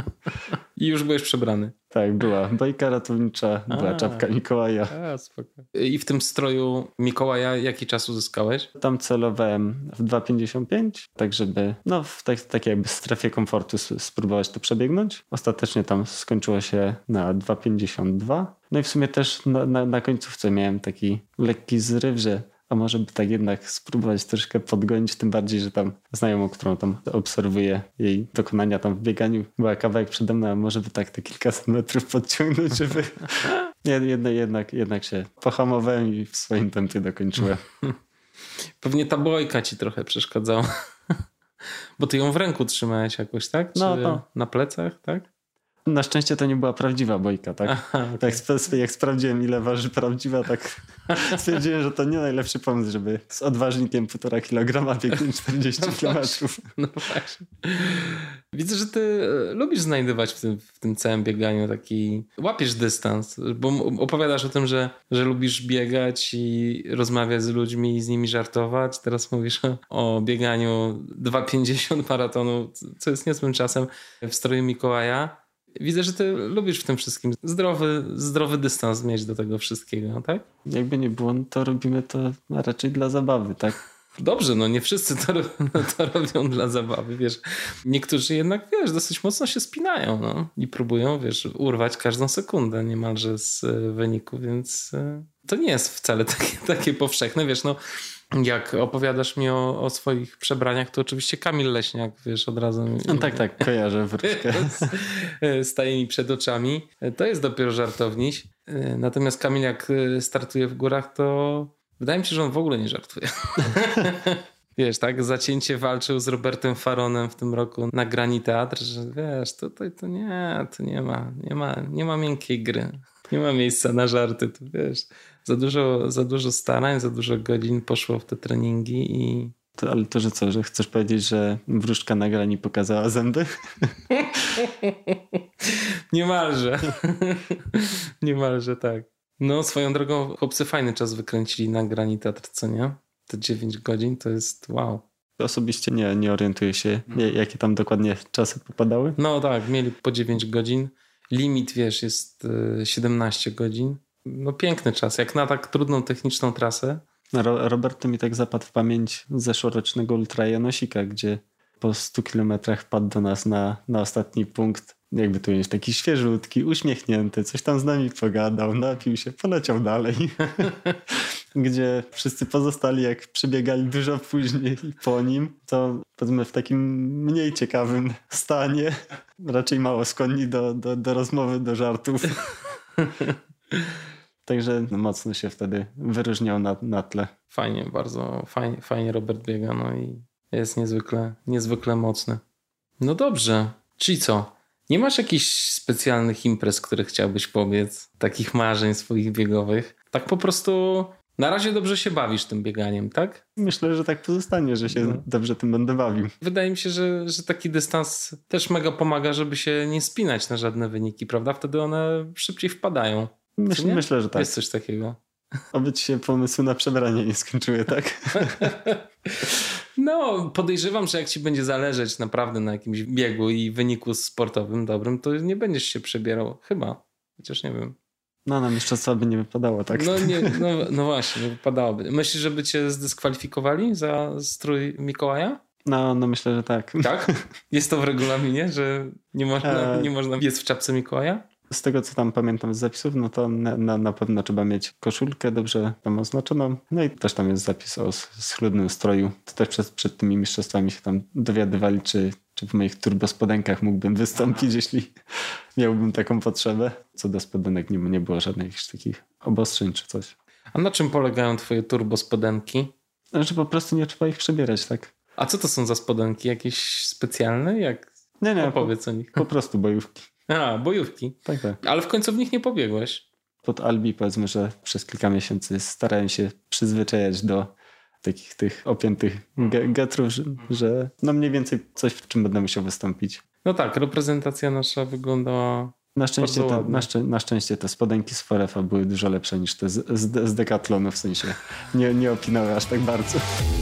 I już byłeś przebrany. Tak, była bajka ratownicza, była czapka Mikołaja. Spoko. I w tym stroju Mikołaja jaki czas uzyskałeś? Tam celowałem w 2,55, tak żeby w takiej jakby strefie komfortu spróbować to przebiegnąć. Ostatecznie tam skończyło się na 2,52. No i w sumie też na końcówce miałem taki lekki zryw, że a może by tak jednak spróbować troszkę podgonić, tym bardziej, że tam znajomą, którą tam obserwuję jej dokonania tam w bieganiu, była kawałek przede mną, a może by tak te kilkaset metrów podciągnąć, żeby jednak się pohamowałem i w swoim tempie dokończyłem. Pewnie ta bojka ci trochę przeszkadzała. Bo ty ją w ręku trzymałeś jakoś, tak? Czy na plecach, tak? Na szczęście to nie była prawdziwa bojka, tak? Aha, okay. Jak sprawdziłem, ile waży prawdziwa, tak stwierdziłem, że to nie najlepszy pomysł, żeby z odważnikiem 1,5 kg biegnąć 40 km. No właśnie. Widzę, że ty lubisz znajdywać w tym całym bieganiu taki... Łapiesz dystans, bo opowiadasz o tym, że lubisz biegać i rozmawiać z ludźmi i z nimi żartować. Teraz mówisz o bieganiu 2,50 maratonu, co jest niezłym czasem w stroju Mikołaja. Widzę, że ty lubisz w tym wszystkim zdrowy dystans mieć do tego wszystkiego, tak? Jakby nie było, to robimy to raczej dla zabawy, tak? Dobrze, no nie wszyscy to robią dla zabawy, wiesz. Niektórzy jednak, wiesz, dosyć mocno się spinają, no. I próbują, wiesz, urwać każdą sekundę niemalże z wyniku, więc to nie jest wcale takie powszechne, wiesz, no. Jak opowiadasz mi o swoich przebraniach, to oczywiście Kamil Leśniak, wiesz, od razu... No tak, kojarzę wróżkę. Staje mi przed oczami. To jest dopiero żartowniś. Natomiast Kamil jak startuje w górach, to wydaje mi się, że on w ogóle nie żartuje. Wiesz, tak, zacięcie walczył z Robertem Faronem w tym roku na Grani Teatr, że wiesz, tutaj to nie ma miękkiej gry. Nie ma miejsca na żarty, to wiesz. Za dużo starań, za dużo godzin poszło w te treningi i... Ale to, że co, że chcesz powiedzieć, że wróżka na Grani pokazała zęby? Niemalże. Niemalże tak. No swoją drogą chłopcy fajny czas wykręcili na Grani Teatr, co nie? Te 9 godzin to jest wow. Osobiście nie orientuję się, jakie tam dokładnie czasy popadały. No tak, mieli po 9 godzin. Limit, wiesz, jest 17 godzin. No piękny czas, jak na tak trudną techniczną trasę. Robert to mi tak zapadł w pamięć zeszłorocznego Ultra Janosika, gdzie po 100 kilometrach wpadł do nas na ostatni punkt. Jakby tu jest taki świeżutki, uśmiechnięty, coś tam z nami pogadał, napił się, poleciał dalej. Gdzie wszyscy pozostali, jak przebiegali dużo później po nim, to powiedzmy w takim mniej ciekawym stanie, raczej mało skłonni do rozmowy, do żartów. Także mocno się wtedy wyróżniał na tle. Fajnie, bardzo fajnie Robert biega, no i jest niezwykle mocny. No dobrze, czyli co? Nie masz jakichś specjalnych imprez, które chciałbyś pobiec? Takich marzeń swoich biegowych? Tak po prostu na razie dobrze się bawisz tym bieganiem, tak? Myślę, że tak pozostanie, że się dobrze tym będę bawił. Wydaje mi się, że taki dystans też mega pomaga, żeby się nie spinać na żadne wyniki, prawda? Wtedy one szybciej wpadają. Myślę, że tak. Jest coś takiego. Oby ci się pomysły na przebranie nie skończyły, tak? No, podejrzewam, że jak ci będzie zależeć naprawdę na jakimś biegu i wyniku sportowym dobrym, to nie będziesz się przebierał. Chyba. Chociaż nie wiem. No, na mistrzostwa by nie wypadało, tak? No właśnie, nie wypadałoby. Myślisz, żeby cię zdyskwalifikowali za strój Mikołaja? No myślę, że tak. Tak? Jest to w regulaminie, że nie można biec w czapce Mikołaja? Z tego, co tam pamiętam z zapisów, no to na pewno trzeba mieć koszulkę dobrze tam oznaczoną. No i też tam jest zapis o schludnym stroju. To też przed tymi mistrzostwami się tam dowiadywali, czy w moich turbospodenkach mógłbym wystąpić, jeśli miałbym taką potrzebę. Co do spodenek nie było żadnych takich obostrzeń czy coś. A na czym polegają twoje turbospodenki? Że po prostu nie trzeba ich przebierać, tak? A co to są za spodenki? Jakieś specjalne? Nie, opowiedz o nich. Po prostu bojówki. A, bojówki. Tak. Ale w końcu w nich nie pobiegłeś. Pod Albi powiedzmy, że przez kilka miesięcy starałem się przyzwyczajać do takich tych opiętych getrów, że no mniej więcej coś, w czym będę musiał wystąpić. No tak, reprezentacja nasza wyglądała na szczęście te spodenki z Forefa były dużo lepsze niż te z Decathlonu, w sensie nie opinały aż tak bardzo.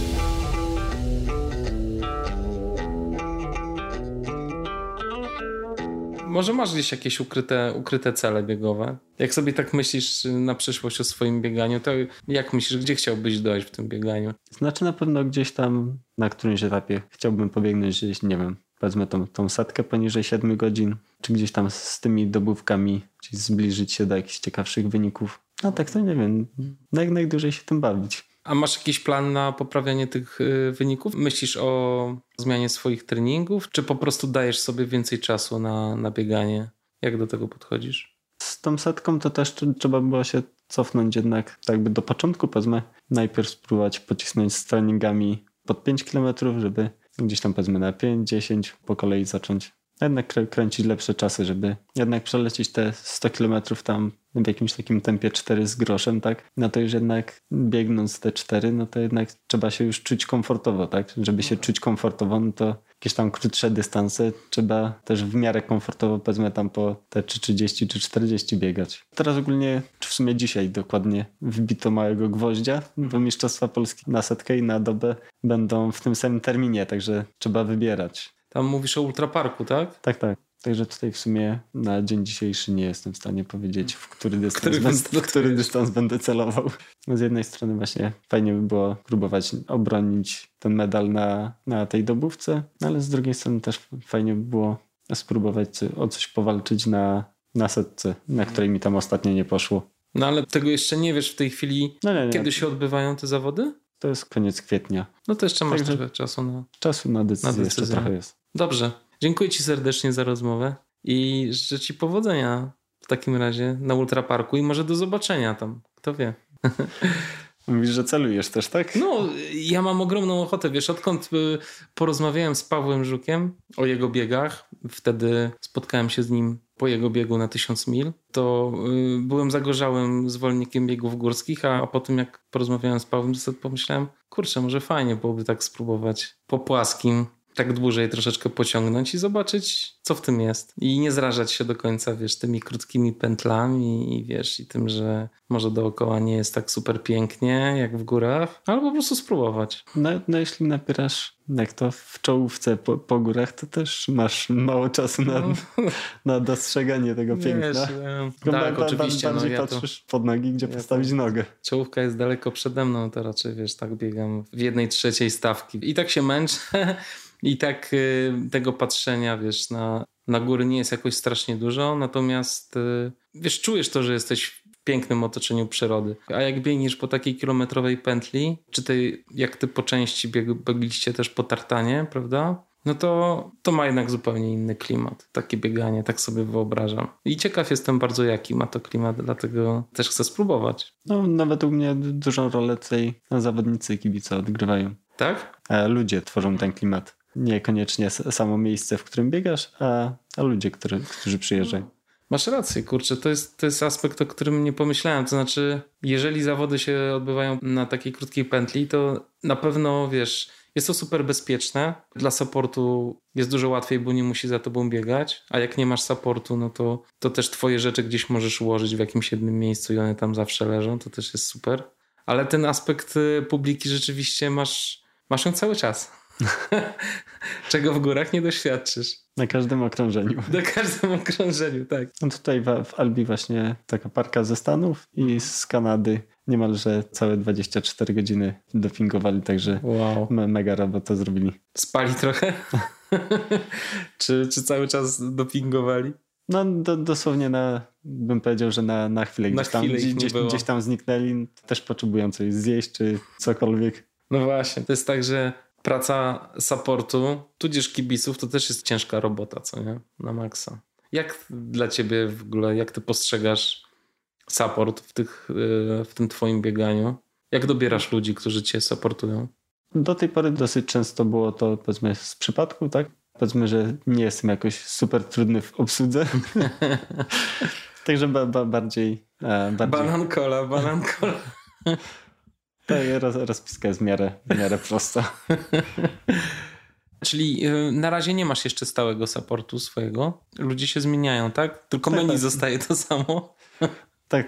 Może masz gdzieś jakieś ukryte cele biegowe? Jak sobie tak myślisz na przyszłość o swoim bieganiu, to jak myślisz, gdzie chciałbyś dojść w tym bieganiu? Znaczy na pewno gdzieś tam na którymś etapie chciałbym pobiegnąć gdzieś, nie wiem, powiedzmy tą setkę poniżej 7 godzin, czy gdzieś tam z tymi dobówkami, czyli zbliżyć się do jakichś ciekawszych wyników. No tak to nie wiem, jak najdłużej się tym bawić. A masz jakiś plan na poprawianie tych wyników? Myślisz o zmianie swoich treningów, czy po prostu dajesz sobie więcej czasu na bieganie? Jak do tego podchodzisz? Z tą setką to też trzeba było się cofnąć jednak tak jakby do początku, powiedzmy. Najpierw spróbować pocisnąć z treningami pod 5 km, żeby gdzieś tam powiedzmy na 5-10 po kolei zacząć. jednak kręcić lepsze czasy, żeby jednak przelecieć te 100 km tam w jakimś takim tempie 4 z groszem, tak? No to już jednak biegnąc te 4, no to jednak trzeba się już czuć komfortowo, tak? Żeby się czuć komfortowo, no to jakieś tam krótsze dystanse trzeba też w miarę komfortowo, powiedzmy tam po te 30 czy 40 biegać. Teraz ogólnie, czy w sumie dzisiaj dokładnie, wbito małego gwoździa, bo Mistrzostwa Polski na setkę i na dobę będą w tym samym terminie, także trzeba wybierać. Tam mówisz o ultraparku, tak? Tak, tak. Także tutaj w sumie na dzień dzisiejszy nie jestem w stanie powiedzieć, w który dystans będę celował. Z jednej strony właśnie fajnie by było próbować obronić ten medal na tej dobówce, ale z drugiej strony też fajnie by było spróbować o coś powalczyć na setce, na której mi tam ostatnio nie poszło. No ale tego jeszcze nie wiesz w tej chwili, nie. kiedy się odbywają te zawody? To jest koniec kwietnia. No to jeszcze masz Także trochę czasu na decyzję jeszcze trochę jest. Dobrze. Dziękuję ci serdecznie za rozmowę i życzę ci powodzenia w takim razie na ultraparku i może do zobaczenia tam. Kto wie. Mówisz, że celujesz też, tak? No, ja mam ogromną ochotę, wiesz, odkąd porozmawiałem z Pawłem Żukiem o jego biegach, wtedy spotkałem się z nim po jego biegu na 1000 mil, to byłem zagorzałym zwolennikiem biegów górskich, a po tym jak porozmawiałem z Pawłem, to sobie pomyślałem, kurczę, może fajnie byłoby tak spróbować po płaskim, tak dłużej troszeczkę pociągnąć i zobaczyć, co w tym jest. I nie zrażać się do końca, wiesz, tymi krótkimi pętlami i wiesz, i tym, że może dookoła nie jest tak super pięknie, jak w górach, ale po prostu spróbować. No jeśli napierasz jak to w czołówce po górach, to też masz mało czasu na dostrzeganie tego piękna. Tak, oczywiście. Bardziej patrzysz pod nogi, gdzie postawić nogę. Czołówka jest daleko przede mną, to raczej, wiesz, tak biegam w 1/3 stawki. I tak się męczę. I tak tego patrzenia, wiesz, na góry nie jest jakoś strasznie dużo, natomiast wiesz, czujesz to, że jesteś w pięknym otoczeniu przyrody. A jak biegniesz po takiej kilometrowej pętli, czy jak ty po części biegliście też po tartanie, prawda? No to ma jednak zupełnie inny klimat. Takie bieganie, tak sobie wyobrażam. I ciekaw jestem bardzo, jaki ma to klimat, dlatego też chcę spróbować. No, nawet u mnie dużą rolę tutaj zawodnicy, kibice odgrywają. Tak? Ludzie tworzą ten klimat. Niekoniecznie samo miejsce, w którym biegasz, a ludzie, którzy przyjeżdżają. Masz rację, kurczę, to jest aspekt, o którym nie pomyślałem. To znaczy, jeżeli zawody się odbywają na takiej krótkiej pętli, to na pewno, wiesz, jest to super bezpieczne. Dla supportu jest dużo łatwiej, bo nie musi za tobą biegać, a jak nie masz supportu, no to też twoje rzeczy gdzieś możesz ułożyć w jakimś jednym miejscu i one tam zawsze leżą, to też jest super. Ale ten aspekt publiki rzeczywiście masz ją cały czas. Czego w górach nie doświadczysz. Na każdym okrążeniu. Na każdym okrążeniu, tak. No tutaj w Albi właśnie taka parka ze Stanów i z Kanady niemalże całe 24 godziny dopingowali, także wow. Mega robotę zrobili. Spali trochę? czy cały czas dopingowali? No dosłownie bym powiedział, że na chwilę. Gdzieś tam zniknęli, też potrzebują coś zjeść czy cokolwiek. No właśnie, to jest tak, że praca supportu, tudzież kibiców, to też jest ciężka robota, co nie? Na maksa. Jak dla ciebie w ogóle, jak ty postrzegasz support w tym twoim bieganiu? Jak dobierasz ludzi, którzy cię supportują? Do tej pory dosyć często było to, powiedzmy, z przypadku, tak? Powiedzmy, że nie jestem jakoś super trudny w obsłudze. Także bardziej... Banan cola. Ta rozpiska jest w miarę prosta. Czyli na razie nie masz jeszcze stałego supportu swojego? Ludzie się zmieniają, tak? Tylko menu tak. Zostaje to samo? Tak.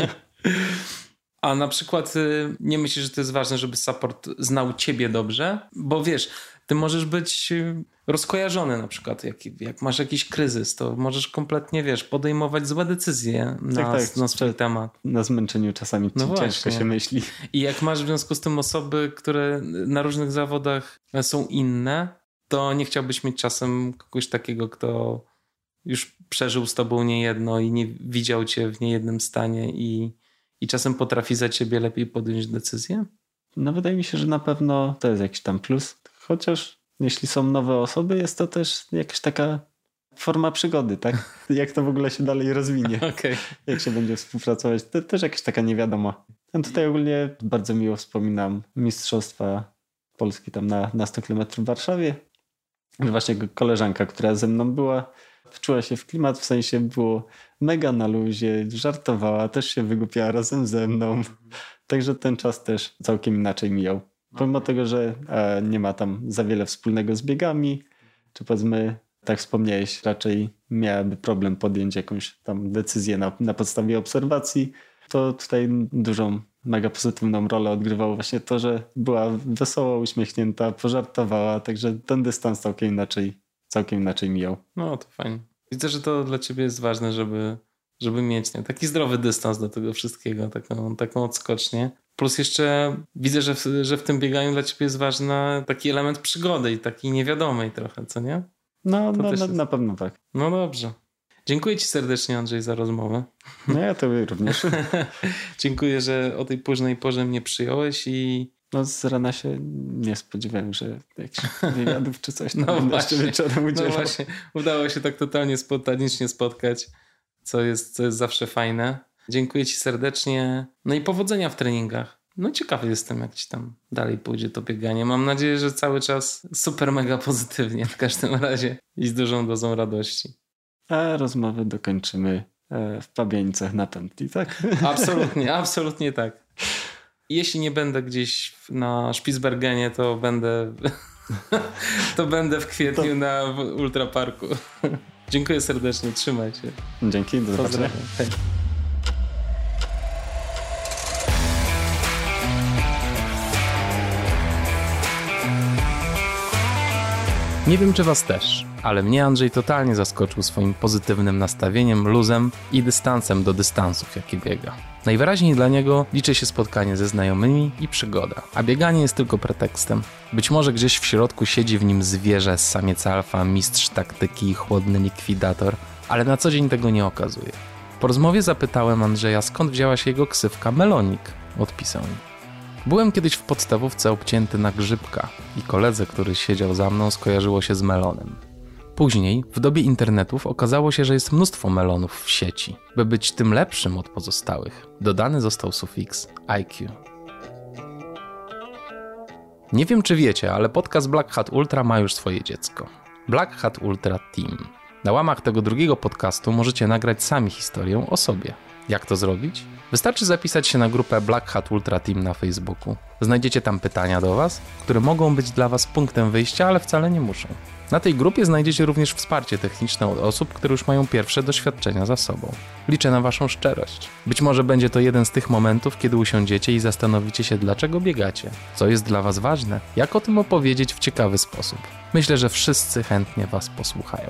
A na przykład nie myślisz, że to jest ważne, żeby support znał ciebie dobrze? Bo wiesz, ty możesz być rozkojarzony na przykład, jak masz jakiś kryzys, to możesz kompletnie, wiesz, podejmować złe decyzje na swój temat. Na zmęczeniu czasami ciężko się myśli. I jak masz w związku z tym osoby, które na różnych zawodach są inne, to nie chciałbyś mieć czasem kogoś takiego, kto już przeżył z tobą niejedno i nie widział cię w niejednym stanie i czasem potrafi za ciebie lepiej podjąć decyzję? No wydaje mi się, że na pewno to jest jakiś tam plus. Chociaż jeśli są nowe osoby, jest to też jakaś taka forma przygody, tak? Jak to w ogóle się dalej rozwinie. Okay. Jak się będzie współpracować. To też jakaś taka niewiadoma. Ja tutaj ogólnie bardzo miło wspominam Mistrzostwa Polski tam na 100 km w Warszawie. Właśnie koleżanka, która ze mną była, wczuła się w klimat, w sensie było mega na luzie, żartowała, też się wygłupiała razem ze mną. Także ten czas też całkiem inaczej mijał. Pomimo tego, że nie ma tam za wiele wspólnego z biegami, czy powiedzmy, tak wspomniałeś, raczej miałaby problem podjąć jakąś tam decyzję na podstawie obserwacji, to tutaj dużą, mega pozytywną rolę odgrywało właśnie to, że była wesoła, uśmiechnięta, pożartowała, także ten dystans całkiem inaczej mijał. No to fajnie. Widzę, że to dla ciebie jest ważne, żeby mieć taki zdrowy dystans do tego wszystkiego, taką odskocznię. Plus jeszcze widzę, że w tym bieganiu dla ciebie jest ważny taki element przygody i takiej niewiadomej trochę, co nie? No, na pewno tak. No dobrze. Dziękuję ci serdecznie, Andrzej, za rozmowę. No ja tobie również. Dziękuję, że o tej późnej porze mnie przyjąłeś i... No z rana się nie spodziewałem, że jakichś wywiadów czy coś tam no jeszcze wieczorem udzielał. No właśnie, udało się tak totalnie spontanicznie spotkać, co jest zawsze fajne. Dziękuję ci serdecznie. No i powodzenia w treningach. No ciekawy jestem, jak ci tam dalej pójdzie to bieganie. Mam nadzieję, że cały czas super mega pozytywnie w każdym razie i z dużą dozą radości. A rozmowę dokończymy w Pabieńcach na pętli, tak? Absolutnie tak. Jeśli nie będę gdzieś na Spitsbergenie, to będę w kwietniu na Ultraparku. Dziękuję serdecznie, trzymaj się. Dzięki, do zobaczenia. Hej. Nie wiem, czy was też, ale mnie Andrzej totalnie zaskoczył swoim pozytywnym nastawieniem, luzem i dystansem do dystansów, jakie biega. Najwyraźniej dla niego liczy się spotkanie ze znajomymi i przygoda, a bieganie jest tylko pretekstem. Być może gdzieś w środku siedzi w nim zwierzę, samiec alfa, mistrz taktyki i chłodny likwidator, ale na co dzień tego nie okazuje. Po rozmowie zapytałem Andrzeja, skąd wzięła się jego ksywka Melonik. Odpisał mi. Byłem kiedyś w podstawówce obcięty na grzybka i koledze, który siedział za mną, skojarzyło się z melonem. Później, w dobie internetów, okazało się, że jest mnóstwo melonów w sieci. By być tym lepszym od pozostałych, dodany został sufiks IQ. Nie wiem, czy wiecie, ale podcast Black Hat Ultra ma już swoje dziecko. Black Hat Ultra Team. Na łamach tego drugiego podcastu możecie nagrać sami historię o sobie. Jak to zrobić? Wystarczy zapisać się na grupę Black Hat Ultra Team na Facebooku. Znajdziecie tam pytania do was, które mogą być dla was punktem wyjścia, ale wcale nie muszą. Na tej grupie znajdziecie również wsparcie techniczne od osób, które już mają pierwsze doświadczenia za sobą. Liczę na waszą szczerość. Być może będzie to jeden z tych momentów, kiedy usiądziecie i zastanowicie się, dlaczego biegacie, co jest dla was ważne, jak o tym opowiedzieć w ciekawy sposób. Myślę, że wszyscy chętnie was posłuchają.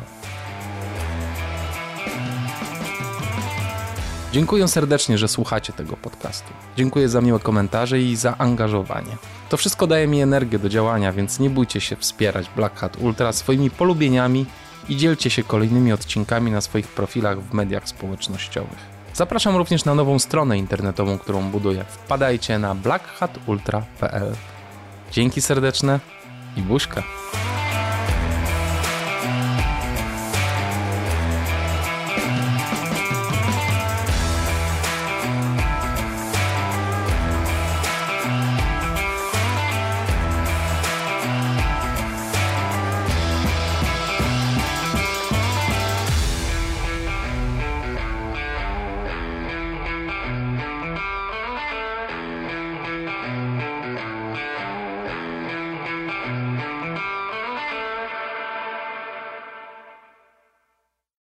Dziękuję serdecznie, że słuchacie tego podcastu. Dziękuję za miłe komentarze i zaangażowanie. To wszystko daje mi energię do działania, więc nie bójcie się wspierać Black Hat Ultra swoimi polubieniami i dzielcie się kolejnymi odcinkami na swoich profilach w mediach społecznościowych. Zapraszam również na nową stronę internetową, którą buduję. Wpadajcie na blackhatultra.pl. Dzięki serdeczne i buźka.